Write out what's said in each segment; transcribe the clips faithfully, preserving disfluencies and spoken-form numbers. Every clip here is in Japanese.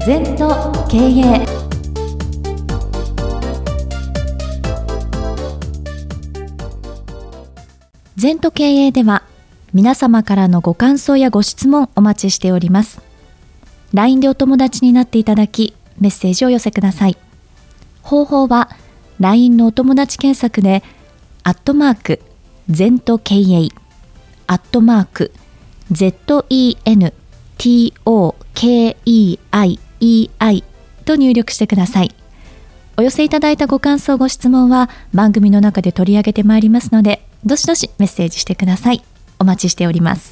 全と経営。全と経営では皆様からのご感想やご質問お待ちしております。 ライン でお友達になっていただきメッセージをお寄せください。方法は ライン のお友達検索でアットマーク全と経営アットマーク ゼットイーエヌティーオーケーイーアイイーアイ と入力してください。お寄せいただいたご感想ご質問は番組の中で取り上げてまいりますので、どしどしメッセージしてください。お待ちしております。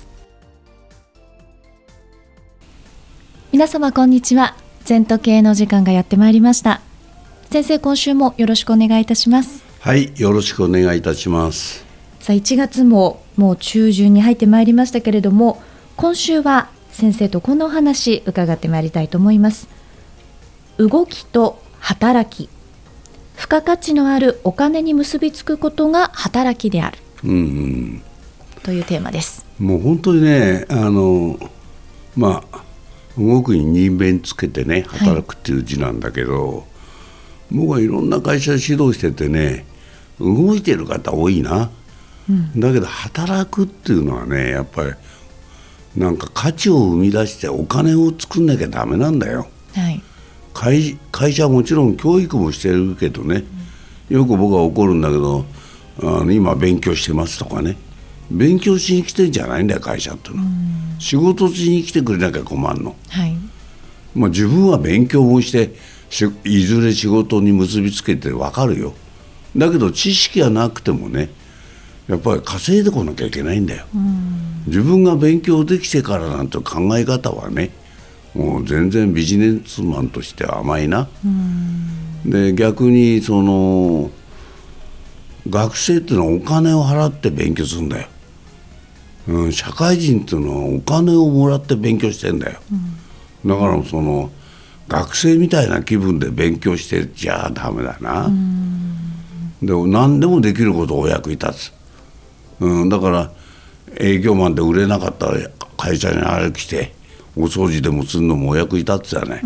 皆様こんにちは。全と経営の時間がやってまいりました。先生、今週もよろしくお願いいたします。 はい、よろしくお願いいたします。 さあ、いちがつももう中旬に入ってまいりましたけれども、今週は先生とこのお話伺ってまいりたいと思います。動きと働き、付加価値のあるお金に結びつくことが働きである、うんうん、というテーマです。 もう本当にね、あのまあ動くに人弁つけてね、働くっていう字なんだけど、はい、僕はいろんな会社指導しててね、動いてる方多いな、うん、だけど働くっていうのはね、やっぱりなんか価値を生み出してお金を作んなきゃダメなんだよ、はい、会, 会社はもちろん教育もしてるけどね、うん、よく僕は怒るんだけど、あの今勉強してますとかね、勉強しに来てんじゃないんだよ会社っていうのは、うん、仕事しに来てくれなきゃ困るの、はい、まあ、自分は勉強もしていずれ仕事に結びつけて分かるよ。だけど知識がなくてもね、やっぱり稼いでこなきゃいけないんだよ、うん、自分が勉強できてからなんて考え方はね、もう全然ビジネスマンとしては甘いな、うん、で逆にその学生っていうのはお金を払って勉強するんだよ、うん、社会人っていうのはお金をもらって勉強してんだよ、うん、だからその学生みたいな気分で勉強してちゃダメだな、うん、でも何でもできることお役に立つ、うん、だから営業マンで売れなかったら会社に歩きてお掃除でもするのもお役に立つじゃない、うん、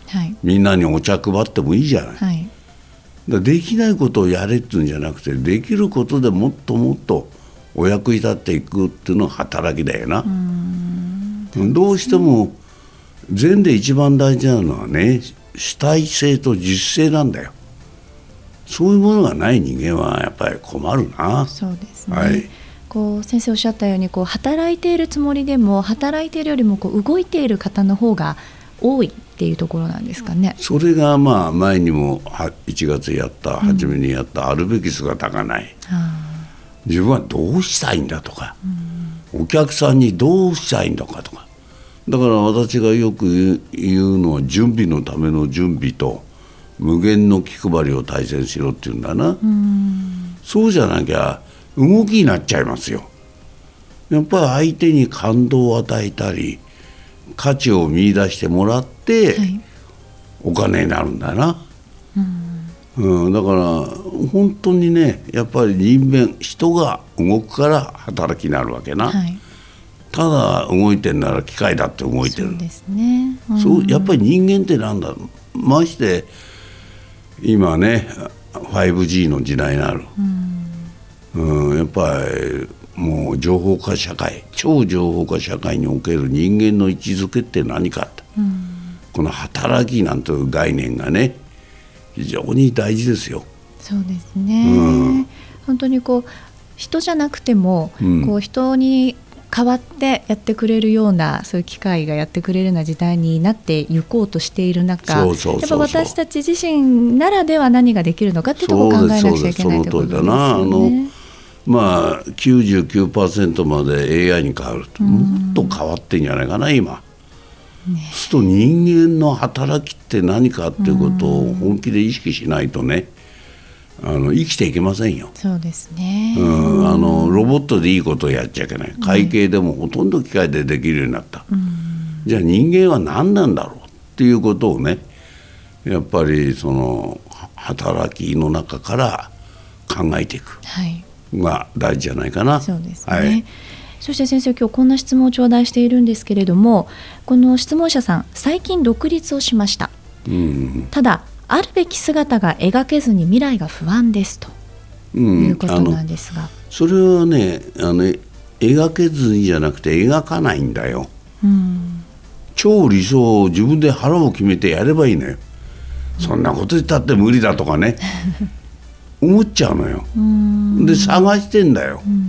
はい、みんなにお茶配ってもいいじゃない、はい、だできないことをやれっていうんじゃなくて、できることでもっともっとお役に立っていくっていうのが働きだよな。うん、どうしても善で一番大事なのはね、主体性と実践なんだよ。そういうものがない人間はやっぱり困るな。 そうですね、はい、こう先生おっしゃったように、こう働いているつもりでも働いているよりもこう動いている方の方が多いっていうところなんですかね。 それがまあ前にもいちがつやった初めにやった、うん、あるべき姿がない、自分はどうしたいんだとか、うん、お客さんにどうしたいんだかとか、だから私がよく言うのは、準備のための準備と無限の気配りを大切にしろっていうんだな、うん、そうじゃなきゃ動きになっちゃいますよ。やっぱり相手に感動を与えたり価値を見出してもらって、はい、お金になるんだな、うんうん、だから本当にね、やっぱり人間人が動くから働きになるわけな、はい、ただ動いてんなら機械だって動いてる。 そうですね、うん、 そうやっぱり人間ってなんだ、まして今ね ファイブジー の時代になる、うんうん、やっぱりもう情報化社会、超情報化社会における人間の位置づけって何かって、うん、この働きなんていう概念がね、非常に大事ですよ。 そうですね、うん、本当にこう人じゃなくても、うん、こう人に代わってやってくれるような、そういう機会がやってくれるような時代になっていこうとしている中、そうそうそうそう、やっぱ私たち自身ならでは何ができるのかっていうところを考えなくちゃいけないところですよね。その通りだな。あのまあ、きゅうじゅうきゅうパーセント まで エーアイ に変わると、もっと変わってんじゃないかな今、ね、そうすると人間の働きって何かっていうことを本気で意識しないとね、あの生きていけませんよ。 そうですね、 うん、あのロボットでいいことをやっちゃいけない。会計でもほとんど機械でできるようになった、うん、じゃあ人間は何なんだろうっていうことをね、やっぱりその働きの中から考えていく、はい、が大事じゃないかな。 そうですね、 はい、 そして先生、今日こんな質問を頂戴しているんですけれども、この質問者さん、最近独立をしました、うん、ただあるべき姿が描けずに未来が不安ですと、うん、いうことなんですが、 それはね、あの描けずにじゃなくて描かないんだよ、うん、超理想を自分で腹を決めてやればいいのよ、うん、そんなこと言ったって無理だとかね思っちゃうのよ。うんで探してんだよ、うん、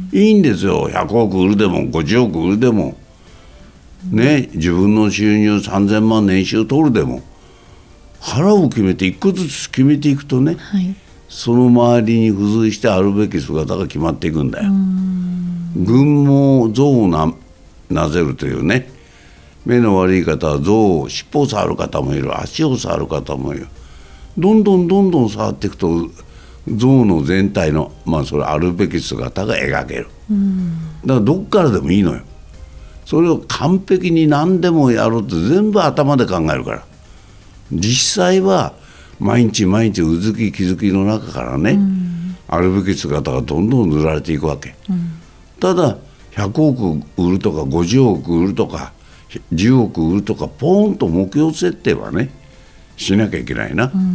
いいんですよ、ひゃくおく売るでもごじゅうおく売るでも、ね、自分の収入さんぜんまん年収取るでも腹を決めて一個ずつ決めていくとね、はい、その周りに付随してあるべき姿が決まっていくんだよ。軍も象を な, なぜるというね、目の悪い方は象を尻尾を触る方もいる、足を触る方もいる。どんどんどんどん触っていくと象の全体の、まあ、それあるべき姿が描ける。だからどっからでもいいのよ。それを完璧に何でもやろうって全部頭で考えるから、実際は毎日毎日うずき気づきの中からね、うん、あるべき姿がどんどん塗られていくわけ、うん、ただひゃくおく売るとかごじゅうおく売るとかじゅうおく売るとかポーンと目標設定はねしなきゃいけないな、うん、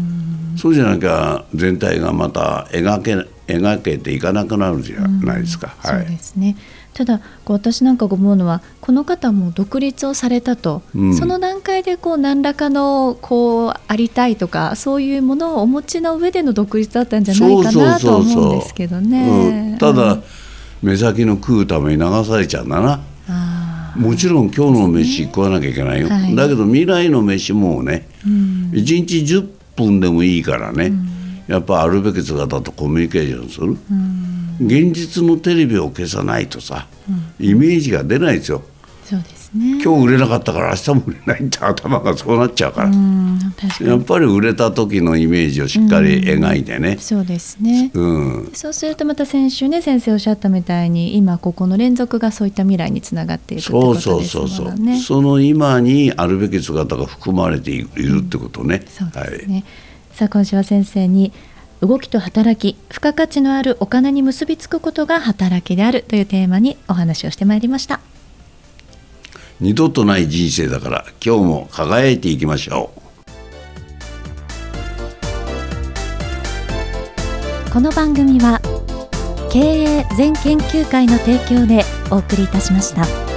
そうじゃなきゃ全体がまた描け、描けていかなくなるじゃないですか、 うん、はい、そうですね。ただこう私なんかが思うのは、この方も独立をされたと、うん、その段階でこう何らかのこうありたいとかそういうものをお持ちの上での独立だったんじゃないかなと思うんですけどね。 うん、ただ、うん、目先の食うために流されちゃうんだな。あ、もちろん今日の飯食わなきゃいけないよ、はい、だけど未来の飯もね、うん、いちにちじゅっぷんでもいいからね、うん、やっぱあるべき姿とコミュニケーションする、うん、現実のテレビを消さないとさ、うん、イメージが出ないですよ。 そうですね。 今日売れなかったから明日も売れないって頭がそうなっちゃうから、うん、確かにやっぱり売れた時のイメージをしっかり描いてね、うん、 そうですね、うん、そうするとまた先週ね先生おっしゃったみたいに今ここの連続がそういった未来につながっていくってことですもんね。そうそうそうそう、その今にあるべき姿が含まれているってことね、うん、そうですね、はい、 さあ今週は先生に動きと働き、付加価値のあるお金に結びつくことが働きであるというテーマにお話をしてまいりました。 二度とない人生だから今日も輝いていきましょう。この番組は経営全研究会の提供でお送りいたしました。